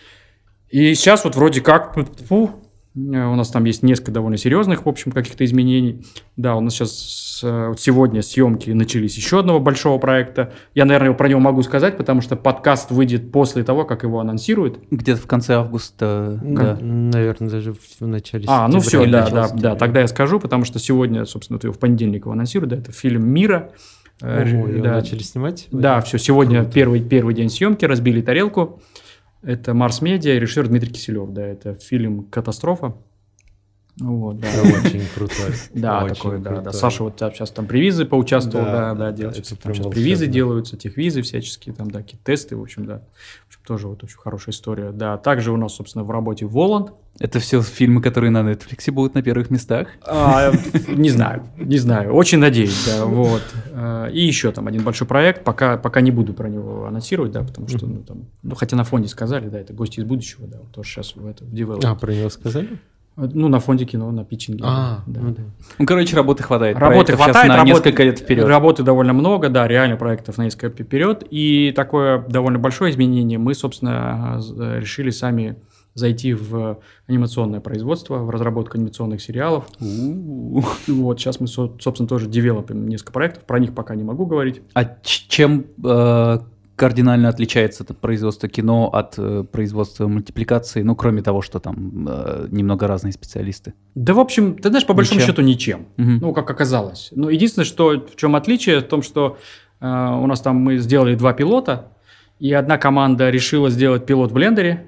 [SPEAKER 2] И сейчас вот вроде как, ну, тьфу, э, у нас там есть несколько довольно серьезных, в общем, каких-то изменений. Да, у нас сейчас э, вот сегодня съемки начались еще одного большого проекта. Я, наверное, про него могу сказать, потому что подкаст выйдет после того, как его анонсируют.
[SPEAKER 1] Где-то в конце августа. Да.
[SPEAKER 3] Наверное, даже в начале
[SPEAKER 2] А, ну все,
[SPEAKER 1] Или
[SPEAKER 2] да,
[SPEAKER 1] начало
[SPEAKER 2] да,
[SPEAKER 1] сентября.
[SPEAKER 2] да, тогда я скажу, потому что сегодня, собственно, вот его в понедельник его анонсируют, да, это фильм «Мира». Э,
[SPEAKER 3] Ого, его
[SPEAKER 2] да,
[SPEAKER 3] начали снимать?
[SPEAKER 2] да, все, сегодня
[SPEAKER 3] Круто.
[SPEAKER 2] первый, первый день съемки, разбили тарелку. Это Марс Медиа, режиссер Дмитрий Киселев, да, это фильм «Катастрофа». Вот, да.
[SPEAKER 3] Это очень крутой.
[SPEAKER 2] Да,
[SPEAKER 3] Очень
[SPEAKER 2] такой, да, да.
[SPEAKER 3] крутой.
[SPEAKER 2] Саша вот сейчас там привизы поучаствовал,
[SPEAKER 3] Да,
[SPEAKER 2] да, да,
[SPEAKER 3] да,
[SPEAKER 2] делал.
[SPEAKER 3] это
[SPEAKER 2] Сейчас,
[SPEAKER 3] прям
[SPEAKER 2] там сейчас
[SPEAKER 3] волшебно.
[SPEAKER 2] привизы делаются, техвизы всяческие, там, да, какие-то тесты, в общем, да. В общем, тоже вот очень хорошая история. Да, также у нас, собственно, в работе Воланд.
[SPEAKER 1] Это все фильмы, которые на Netflix будут на первых местах.
[SPEAKER 2] А, не знаю, не знаю, очень надеюсь, да, вот. А, И еще там один большой проект, пока, пока не буду про него анонсировать, да, потому что, ну, там, ну, хотя на фонде сказали, да, это гости из будущего, да, вот тоже сейчас в это, в девелоп.
[SPEAKER 3] А, про него сказали?
[SPEAKER 2] Ну, на фонде кино, на питчинге.
[SPEAKER 3] А,
[SPEAKER 2] да.
[SPEAKER 3] ну да.
[SPEAKER 1] Ну, короче, работы хватает.
[SPEAKER 2] Работы
[SPEAKER 1] Проектов щас
[SPEAKER 2] хватает,
[SPEAKER 1] на
[SPEAKER 2] работы-
[SPEAKER 1] несколько лет вперед.
[SPEAKER 2] Работы довольно много, да, реально проектов на несколько лет вперед. И такое довольно большое изменение. Мы, собственно, з- решили сами зайти в анимационное производство, в разработку анимационных сериалов.
[SPEAKER 1] У-у-у.
[SPEAKER 2] Вот, сейчас мы, со- собственно, тоже девелопим несколько проектов. Про них пока не могу говорить.
[SPEAKER 1] А ч- чем э, кардинально отличается это производство кино от э, производства мультипликации? Ну, кроме того, что там э, немного разные специалисты.
[SPEAKER 2] Да, в общем, ты знаешь, по большому
[SPEAKER 1] Ничем.
[SPEAKER 2] счету ничем.
[SPEAKER 1] Мгм.
[SPEAKER 2] Ну, как оказалось. Ну, единственное, что в чем отличие, в том, что э, у нас там мы сделали два пилота, и одна команда решила сделать пилот в блендере.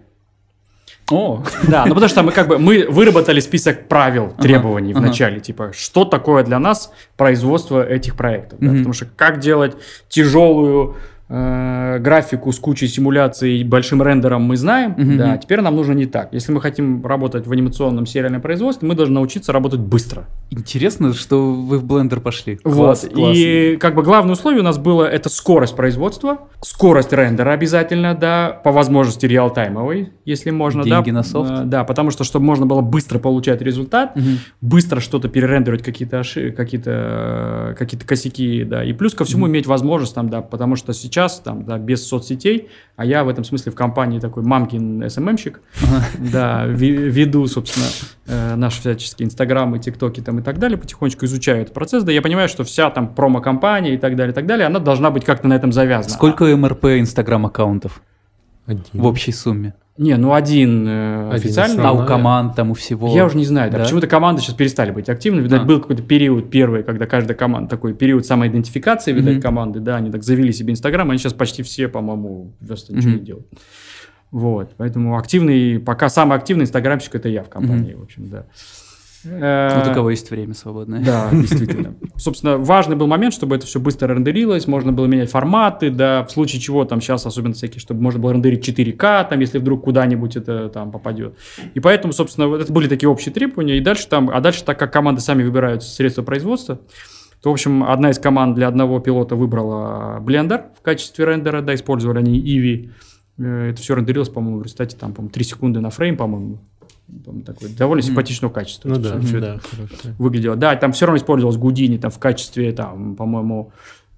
[SPEAKER 1] О,
[SPEAKER 2] Да, ну потому что мы как бы мы выработали список правил,
[SPEAKER 1] Ага,
[SPEAKER 2] требований в
[SPEAKER 1] ага.
[SPEAKER 2] начале, типа, что такое для нас производство этих проектов. да,
[SPEAKER 1] Мгм.
[SPEAKER 2] потому что как делать тяжелую э, графику с кучей симуляций и большим рендером мы знаем,
[SPEAKER 1] Мгм.
[SPEAKER 2] да, теперь нам нужно не так. Если мы хотим работать в анимационном сериальном производстве, мы должны научиться работать быстро.
[SPEAKER 1] интересно, что вы в блендер пошли.
[SPEAKER 2] Вот.
[SPEAKER 1] Класс, класс.
[SPEAKER 2] И как бы главное условие у нас было это скорость производства, скорость рендера обязательно, да, по возможности реалтаймовой, если можно, да.
[SPEAKER 1] Деньги на софт.
[SPEAKER 2] Э, Да, потому что чтобы можно было быстро получать результат,
[SPEAKER 1] Мгм.
[SPEAKER 2] быстро что-то перерендерить, какие-то оши- какие-то э, какие-то косяки, да, и плюс ко всему иметь возможность там, да, потому что сейчас там, да, без соцсетей, а я в этом смысле в компании такой мамкин эс эм эм-щик, да, ви- веду, собственно, э, наши всяческие инстаграмы, тиктоки там и так далее, потихонечку изучаю этот процесс, да, я понимаю, что вся там промо-компания и так далее, и так далее, она должна быть как-то на этом завязана.
[SPEAKER 1] Сколько эм эр пэ инстаграм-аккаунтов
[SPEAKER 3] Один.
[SPEAKER 1] в общей сумме?
[SPEAKER 2] Не, ну один э,
[SPEAKER 3] Один
[SPEAKER 2] официально.
[SPEAKER 1] А
[SPEAKER 3] основной.
[SPEAKER 1] у команд там у всего?
[SPEAKER 2] Я уже не знаю, да,
[SPEAKER 1] Да?
[SPEAKER 2] почему-то команды сейчас перестали быть активны. Видать,
[SPEAKER 1] А.
[SPEAKER 2] был какой-то период первый, когда каждая команда, такой период самоидентификации, видать,
[SPEAKER 1] Мгм.
[SPEAKER 2] команды, да, они так завели себе Инстаграм, они сейчас почти все, по-моему, просто ничего
[SPEAKER 1] Мгм.
[SPEAKER 2] не делают. Вот, поэтому активный, пока самый активный инстаграмщик это я в компании, в общем, да. Э,
[SPEAKER 1] Вот у кого есть время свободное.
[SPEAKER 2] Да, действительно. Собственно, важный был момент, чтобы это все быстро рендерилось, можно было менять форматы, да, в случае чего там сейчас особенно всякие, чтобы можно было рендерить четыре ка, там, если вдруг куда-нибудь это там попадет. И поэтому, собственно, вот это были такие общие требования, и дальше там, а дальше, так как команды сами выбирают средства производства, то, в общем, одна из команд для одного пилота выбрала Blender в качестве рендера, да, использовали они Eevee. Э, Это все рендерилось, по-моему, в результате там, по-моему, три секунды на фрейм, по-моему. такое довольно симпатичного качества.
[SPEAKER 3] Ну
[SPEAKER 2] это
[SPEAKER 3] да,
[SPEAKER 2] все,
[SPEAKER 3] да,
[SPEAKER 2] все
[SPEAKER 3] хорошо.
[SPEAKER 2] выглядело. Да, там все равно использовалось Houdini там, в качестве, там, по-моему,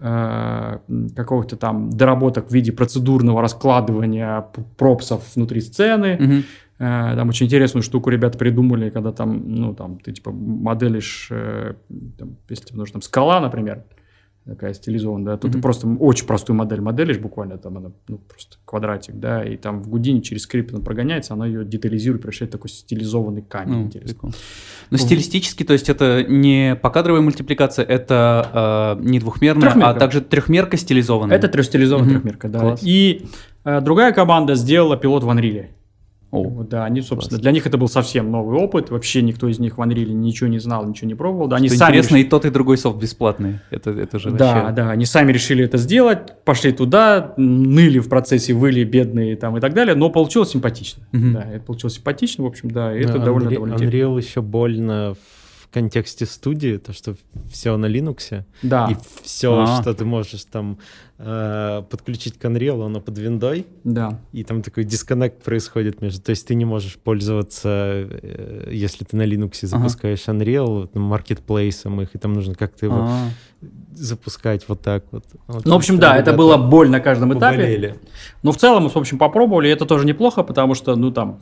[SPEAKER 2] э, какого-то там доработок в виде процедурного раскладывания пропсов внутри сцены.
[SPEAKER 1] Мгм.
[SPEAKER 2] Э, Там очень интересную штуку ребята придумали, когда там, ну, там, ты, типа, моделишь, э, там, если тебе нужна там скала, например, такая стилизованная, да, то
[SPEAKER 1] Мгм.
[SPEAKER 2] ты просто очень простую модель моделишь, буквально, там она, ну, просто квадратик, да, и там в Houdini через скрипт она прогоняется, она ее детализирует, превращает в такой стилизованный камень.
[SPEAKER 1] Ну,
[SPEAKER 2] Интересный.
[SPEAKER 1] прикольно. Но стилистически, то есть это не покадровая мультипликация, это э, не двухмерная, а
[SPEAKER 2] Трехмерка.
[SPEAKER 1] также трехмерка стилизованная.
[SPEAKER 2] Это трехстилизованная
[SPEAKER 1] Мгм.
[SPEAKER 2] трехмерка, да.
[SPEAKER 1] Класс.
[SPEAKER 2] И э, другая команда сделала пилот в Unreal.
[SPEAKER 1] О,
[SPEAKER 2] Вот, да, они, собственно,
[SPEAKER 1] класс.
[SPEAKER 2] для них это был совсем новый опыт, вообще никто из них в Unreal ничего не знал, ничего не пробовал. Да, они
[SPEAKER 1] что
[SPEAKER 2] сами
[SPEAKER 1] интересно,
[SPEAKER 2] решили-
[SPEAKER 1] и тот, и другой софт бесплатный. Это, это же
[SPEAKER 2] Да,
[SPEAKER 1] вообще...
[SPEAKER 2] да, они сами решили это сделать, пошли туда, ныли в процессе, выли бедные там и так далее, но получилось симпатично.
[SPEAKER 1] Мгм.
[SPEAKER 2] Да, это получилось симпатично, в общем, да, и это
[SPEAKER 3] Ну,
[SPEAKER 2] довольно,
[SPEAKER 3] Unreal,
[SPEAKER 2] довольно интересно.
[SPEAKER 3] Unreal еще больно в контексте студии, то, что все на Linux,
[SPEAKER 2] Да,
[SPEAKER 3] и все,
[SPEAKER 1] А.
[SPEAKER 3] что ты можешь там э, подключить к Unreal, оно под виндой,
[SPEAKER 2] да.
[SPEAKER 3] и там такой дисконнект происходит между... То есть ты не можешь пользоваться, э, если ты на Linux запускаешь Unreal, там, маркетплейсом их, и там нужно как-то его
[SPEAKER 1] А,
[SPEAKER 3] запускать вот так вот. Вот
[SPEAKER 2] Ну, в общем,
[SPEAKER 3] что
[SPEAKER 2] да, это
[SPEAKER 3] ребята
[SPEAKER 2] было боль на каждом этапе.
[SPEAKER 3] поболели.
[SPEAKER 2] Но в целом, в общем, попробовали, и это тоже неплохо, потому что, ну, там,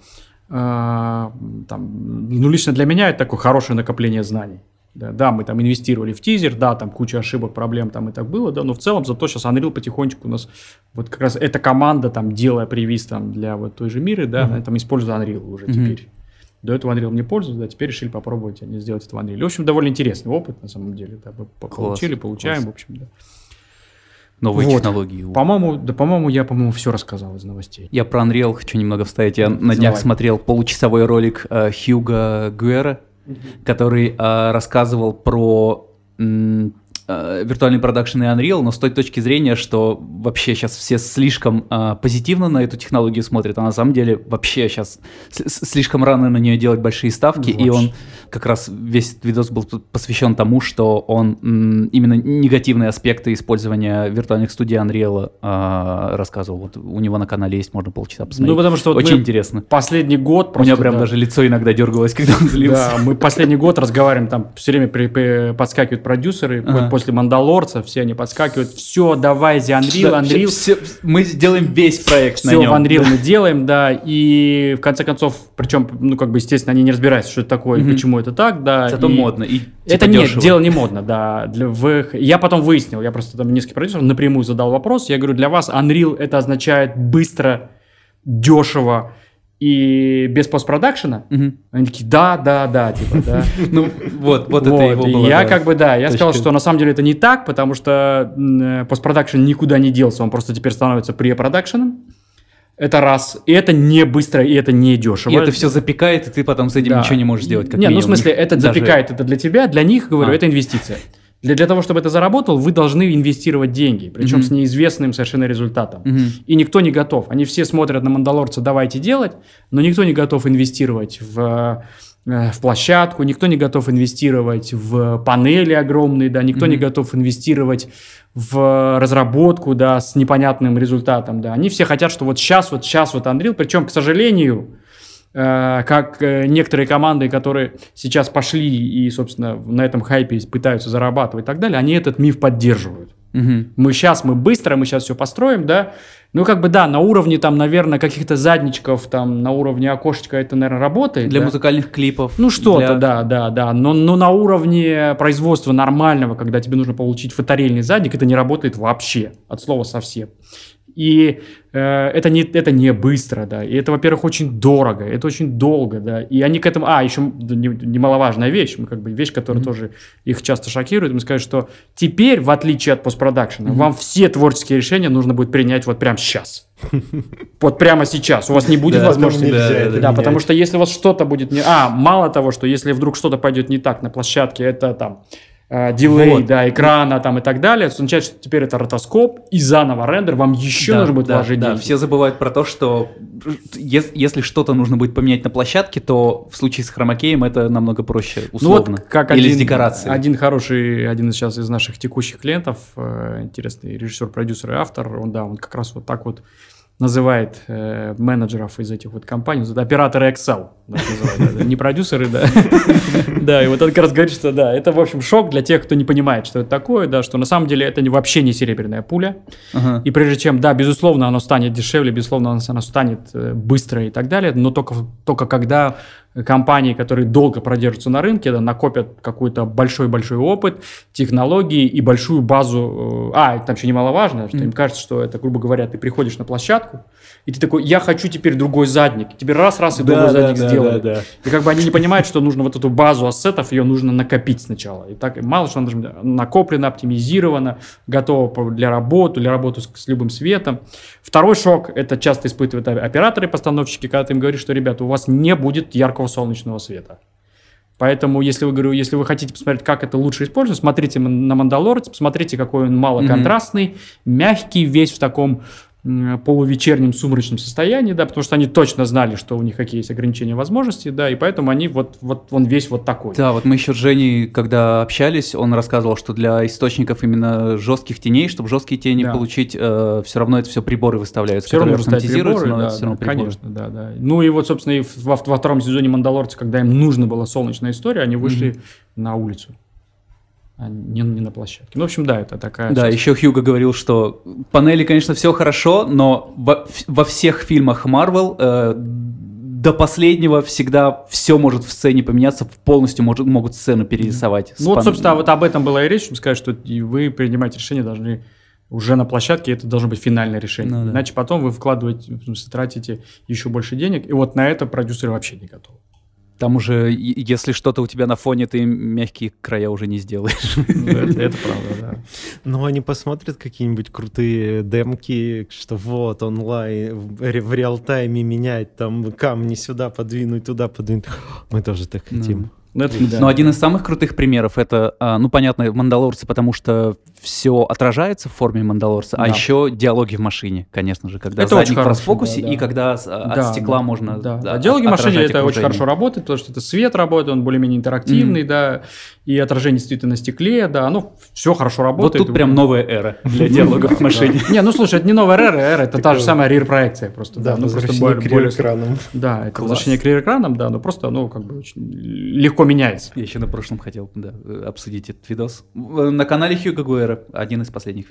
[SPEAKER 2] э, там, ну, лично для меня это такое хорошее накопление знаний. Да, да, мы там инвестировали в тизер, да, там куча ошибок, проблем там и так было, да, но в целом зато сейчас Unreal потихонечку у нас, вот как раз эта команда, там, делая привиз там для вот той же Миры, да,
[SPEAKER 3] Мгм.
[SPEAKER 2] она там использует Unreal уже
[SPEAKER 1] Мгм.
[SPEAKER 2] теперь. До этого Unreal не пользовались, да, теперь решили попробовать они сделать это в Unreal. В общем, довольно интересный опыт, на самом деле, да, мы по-
[SPEAKER 1] Класс,
[SPEAKER 2] получили, получаем,
[SPEAKER 1] класс.
[SPEAKER 2] в общем, да.
[SPEAKER 1] новые
[SPEAKER 2] Вот.
[SPEAKER 1] технологии.
[SPEAKER 2] По-моему, да, по-моему, я, по-моему, все рассказал из новостей.
[SPEAKER 1] Я про Unreal хочу немного вставить. Я на
[SPEAKER 2] Давай.
[SPEAKER 1] днях смотрел получасовой ролик э, Хьюга Гуэра, который э, рассказывал про м, э, виртуальный продакшн и Unreal, но с той точки зрения, что вообще сейчас все слишком э, позитивно на эту технологию смотрят, а на самом деле вообще сейчас с- с- слишком рано на нее делать большие ставки, и
[SPEAKER 2] Вообще.
[SPEAKER 1] он как раз весь этот видос был п- посвящен тому, что он м, именно негативные аспекты использования виртуальных студий Unreal э, рассказывал. Вот у него на канале есть, можно полчаса посмотреть.
[SPEAKER 2] Ну, потому что вот
[SPEAKER 1] Очень
[SPEAKER 2] мы
[SPEAKER 1] интересно.
[SPEAKER 2] последний год
[SPEAKER 1] У
[SPEAKER 2] просто...
[SPEAKER 1] меня прям
[SPEAKER 2] да,
[SPEAKER 1] даже лицо иногда дергалось, когда он злился.
[SPEAKER 2] Да, мы последний год разговариваем, там все время при- при- подскакивают продюсеры,
[SPEAKER 1] Ага.
[SPEAKER 2] после «Мандалорца» все они подскакивают, все, давайте, Unreal,
[SPEAKER 1] Да,
[SPEAKER 2] Unreal,
[SPEAKER 1] всё- всё- мы сделаем весь проект на
[SPEAKER 2] все в
[SPEAKER 1] нем.
[SPEAKER 2] Unreal мы делаем, да, и в конце концов, причем, ну, как бы, естественно, они не разбираются, что это такое, и
[SPEAKER 1] Мгм.
[SPEAKER 2] почему это так, да.
[SPEAKER 1] Зато
[SPEAKER 2] и-
[SPEAKER 1] модно. И,
[SPEAKER 2] Это
[SPEAKER 1] типа,
[SPEAKER 2] нет,
[SPEAKER 1] дешево.
[SPEAKER 2] дело не модно, да. Для, в, я потом выяснил, я просто там несколько продюсеров напрямую задал вопрос, я говорю, для вас Unreal это означает быстро, дешево и без постпродакшена?
[SPEAKER 1] Мгм.
[SPEAKER 2] Они такие, да, да, да, типа, да.
[SPEAKER 1] Ну, вот, вот это
[SPEAKER 2] Вот,
[SPEAKER 1] его
[SPEAKER 2] и
[SPEAKER 1] было.
[SPEAKER 2] я
[SPEAKER 1] да.
[SPEAKER 2] как бы, да, я
[SPEAKER 1] точка.
[SPEAKER 2] сказал, что на самом деле это не так, потому что м, э, постпродакшн никуда не делся, он просто теперь становится препродакшеном. Это раз. И это не быстро, и это не дешево.
[SPEAKER 1] И это все запекает, и ты потом с этим
[SPEAKER 2] Да.
[SPEAKER 1] ничего не можешь сделать. Как
[SPEAKER 2] Нет, ну в
[SPEAKER 1] минимум.
[SPEAKER 2] смысле, это
[SPEAKER 1] Даже-
[SPEAKER 2] запекает, это для тебя, для них, говорю,
[SPEAKER 1] А.
[SPEAKER 2] это инвестиция. Для, для того, чтобы это заработал, вы должны инвестировать деньги, причем
[SPEAKER 1] Мгм.
[SPEAKER 2] с неизвестным совершенно результатом.
[SPEAKER 1] Мгм.
[SPEAKER 2] И никто не готов. Они все смотрят на «Мандалорца», давайте делать, но никто не готов инвестировать в, э, в площадку, никто не готов инвестировать в панели огромные, да, никто не
[SPEAKER 1] Мгм.
[SPEAKER 2] готов инвестировать в разработку, да, с непонятным результатом, да. Они все хотят, что вот сейчас, вот сейчас вот Unreal, причем, к сожалению, э, как э, некоторые команды, которые сейчас пошли и, собственно, на этом хайпе пытаются зарабатывать и так далее, они этот миф поддерживают.
[SPEAKER 1] Мгм.
[SPEAKER 2] Мы сейчас, мы быстро, мы сейчас все построим, да. Ну, как бы, да, на уровне, там, наверное, каких-то задничков, там, на уровне окошечка это, наверное, работает.
[SPEAKER 1] Для
[SPEAKER 2] да?
[SPEAKER 1] музыкальных клипов.
[SPEAKER 2] Ну, что-то,
[SPEAKER 1] для-
[SPEAKER 2] да, да, да. Но, но на уровне производства нормального, когда тебе нужно получить фоторельный задник, это не работает вообще, от слова совсем. И э, это, не, это не быстро, да. И это, во-первых, очень дорого, это очень долго, да. И они к этому... А, еще не- немаловажная вещь, ну, как бы вещь, которая
[SPEAKER 1] Мгм.
[SPEAKER 2] тоже их часто шокирует. Им сказать, что теперь, в отличие от постпродакшена,
[SPEAKER 1] Мгм.
[SPEAKER 2] вам все творческие решения нужно будет принять вот прямо сейчас. Вот прямо сейчас. У вас не будет
[SPEAKER 1] Да,
[SPEAKER 2] возможности...
[SPEAKER 3] нельзя
[SPEAKER 1] да,
[SPEAKER 3] это
[SPEAKER 1] да,
[SPEAKER 2] Да,
[SPEAKER 3] менять.
[SPEAKER 2] потому что если у вас что-то будет не... А, мало того, что если вдруг что-то пойдет не так на площадке, это там э, дилей,
[SPEAKER 1] Вот.
[SPEAKER 2] да, экрана там и так далее, это означает, что теперь это ротоскоп и заново рендер, вам еще
[SPEAKER 1] Да,
[SPEAKER 2] нужно будет
[SPEAKER 1] да,
[SPEAKER 2] вложить
[SPEAKER 1] да.
[SPEAKER 2] деньги.
[SPEAKER 1] Все забывают про то, что ес- если что-то нужно будет поменять на площадке, то в случае с хромакеем это намного проще,
[SPEAKER 2] Ну
[SPEAKER 1] условно.
[SPEAKER 2] вот как
[SPEAKER 1] Или
[SPEAKER 2] один,
[SPEAKER 1] с декорацией.
[SPEAKER 2] один хороший, один из сейчас из наших текущих клиентов, э, интересный режиссер, продюсер и автор, он, да, он как раз вот так вот называет э, менеджеров из этих вот компаний, операторы Excel, называют, не продюсеры, да. Да, и вот он как раз говорит, что да, это, в общем, шок для тех, кто не понимает, что это такое, да, что на самом деле это вообще не серебряная пуля. И прежде чем, да, безусловно, оно станет дешевле, безусловно, оно станет быстро и так далее, но только, только когда компании, которые долго продержатся на рынке, да, накопят какой-то большой-большой опыт, технологии и большую базу. А, там еще немаловажно, что mm-hmm. им кажется, что это, грубо говоря, ты приходишь на площадку, и ты такой, я хочу теперь другой задник. И тебе раз-раз и другой да, задник да, сделают. Да, да, да. И как бы они не понимают, что нужно вот эту базу ассетов, ее нужно накопить сначала. И так мало что она должна быть накоплена, оптимизирована, готова для работы, для работы с, с любым светом. Второй шок, это часто испытывают операторы, постановщики, когда ты им говоришь, что, ребята, у вас не будет яркого солнечного света. Поэтому, если вы, говорю, если вы хотите посмотреть, как это лучше использовать, смотрите на «Мандалорец», посмотрите, какой он малоконтрастный, mm-hmm. мягкий, весь в таком полувечернем сумрачном состоянии, да, потому что они точно знали, что у них какие есть ограничения возможностей, да, и поэтому они вот, вот он весь вот такой.
[SPEAKER 1] Да, вот мы еще с Женей, когда общались, он рассказывал, что для источников именно жестких теней, чтобы жесткие тени да. получить, э, все равно это все приборы выставляются,
[SPEAKER 2] все
[SPEAKER 1] которые
[SPEAKER 2] равно
[SPEAKER 1] автоматизируются,
[SPEAKER 2] приборы,
[SPEAKER 1] но
[SPEAKER 2] да,
[SPEAKER 1] это все равно
[SPEAKER 2] да,
[SPEAKER 1] приборы.
[SPEAKER 2] Конечно, да, да. Ну и вот, собственно, и во, во втором сезоне «Мандалорца», когда им нужна была солнечная история, они вышли mm-hmm. на улицу. А не, не на площадке. Ну, в общем, да, это такая...
[SPEAKER 1] Да, еще Хьюго говорил, что панели, конечно, все хорошо, но во, во всех фильмах Marvel э, до последнего всегда все может в сцене поменяться, полностью может, могут сцену перерисовать.
[SPEAKER 2] Ну, вот, пан... собственно, вот об этом была и речь, чтобы сказать, что вы принимаете решение должны уже на площадке, это должно быть финальное решение. Ну, да. Иначе потом вы вкладываете, в смысле, тратите еще больше денег, и вот на это продюсеры вообще не готовы.
[SPEAKER 1] Там уже, если что-то у тебя на фоне, ты мягкие края уже не сделаешь.
[SPEAKER 2] Это правда, да.
[SPEAKER 3] Но они посмотрят какие-нибудь крутые демки, что вот онлайн, в реал-тайме менять, там камни сюда подвинуть, туда подвинуть. Мы тоже так хотим.
[SPEAKER 1] Но, это, да. Но один из самых крутых примеров это, ну, понятно, «Мандалорцы», потому что все отражается в форме «Мандалорца», да. а еще диалоги в машине, конечно же, когда это задник в расфокусе, да, да. и когда да, от стекла
[SPEAKER 2] да,
[SPEAKER 1] можно
[SPEAKER 2] да. Да. А диалоги в машине это очень хорошо работает, потому что это свет работает, он более-менее интерактивный, mm-hmm. да, и отражение действительно на стекле, да, ну, все хорошо работает.
[SPEAKER 1] Вот тут прям новая эра для диалогов в машине.
[SPEAKER 2] Не, ну, слушай, это не новая эра, эра, это та же самая рир-проекция просто.
[SPEAKER 3] Да, возвращение к рир-экранам.
[SPEAKER 2] Да, это возвращение к рир-экранам, да, но просто, ну, как бы очень легко меняется.
[SPEAKER 1] Я еще на прошлом хотел да, обсудить этот видос. На канале Хьюго Гуэра, один из последних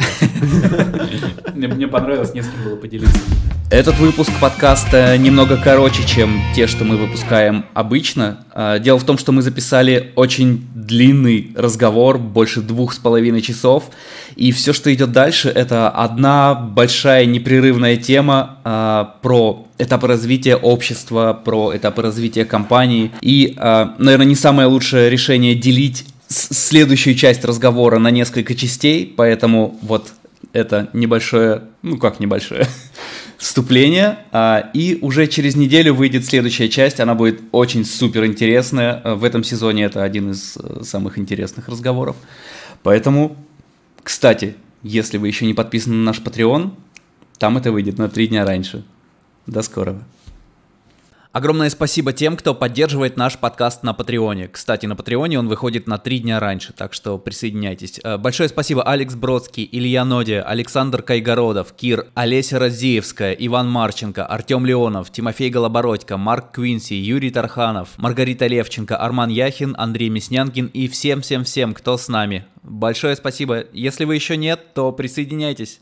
[SPEAKER 1] видосов. Мне понравилось, не с кем было поделиться.
[SPEAKER 4] Этот выпуск подкаста немного короче, чем те, что мы выпускаем обычно. Дело в том, что мы записали очень длинный разговор, больше двух с половиной часов. И все, что идет дальше, это одна большая непрерывная тема а, про этапы развития общества, про этапы развития компании. И, а, наверное, не самое лучшее решение делить с- следующую часть разговора на несколько частей, поэтому вот это небольшое, ну как небольшое, вступление. А, и уже через неделю выйдет следующая часть, она будет очень супер интересная. В этом сезоне это один из самых интересных разговоров. Поэтому... Кстати, если вы еще не подписаны на наш Patreon, там это выйдет на три дня раньше. До скорого. Огромное спасибо тем, кто поддерживает наш подкаст на Патреоне. Кстати, на Патреоне он выходит на три дня раньше, так что присоединяйтесь. Большое спасибо Алекс Бродский, Илья Нодя, Александр Кайгородов, Кир, Олеся Разиевская, Иван Марченко, Артем Леонов, Тимофей Голобородько, Марк Квинси, Юрий Тарханов, Маргарита Левченко, Арман Яхин, Андрей Мяснянкин и всем-всем-всем, кто с нами. Большое спасибо. Если вы еще нет, то присоединяйтесь.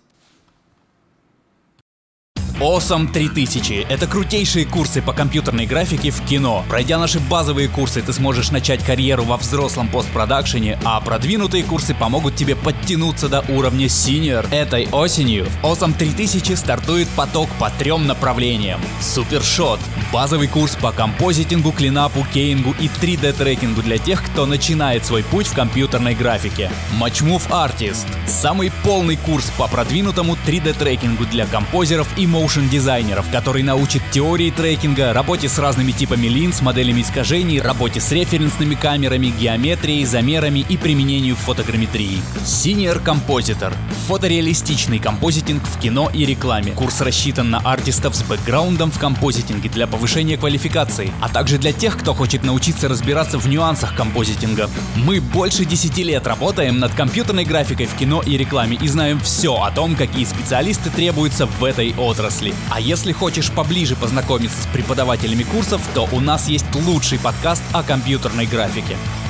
[SPEAKER 4] Awesome три тысячи – это крутейшие курсы по компьютерной графике в кино. Пройдя наши базовые курсы, ты сможешь начать карьеру во взрослом постпродакшене, а продвинутые курсы помогут тебе подтянуться до уровня Senior. Этой осенью в Awesome три тысячи стартует поток по трем направлениям. Супершот – базовый курс по композитингу, клинапу, кейингу и три дэ-трекингу для тех, кто начинает свой путь в компьютерной графике. Matchmove Artist – самый полный курс по продвинутому три дэ-трекингу для композеров и моушн дизайнеров, который научит теории трекинга, работе с разными типами линз, моделями искажений, работе с референсными камерами, геометрией, замерами и применению в фотограмметрии. Senior Compositor – фотореалистичный композитинг в кино и рекламе. Курс рассчитан на артистов с бэкграундом в композитинге для повышения квалификации, а также для тех, кто хочет научиться разбираться в нюансах композитинга. Мы больше десяти лет работаем над компьютерной графикой в кино и рекламе и знаем все о том, какие специалисты требуются в этой отрасли.
[SPEAKER 5] мысли. А если хочешь поближе познакомиться с преподавателями курсов, то у нас есть лучший подкаст о компьютерной графике.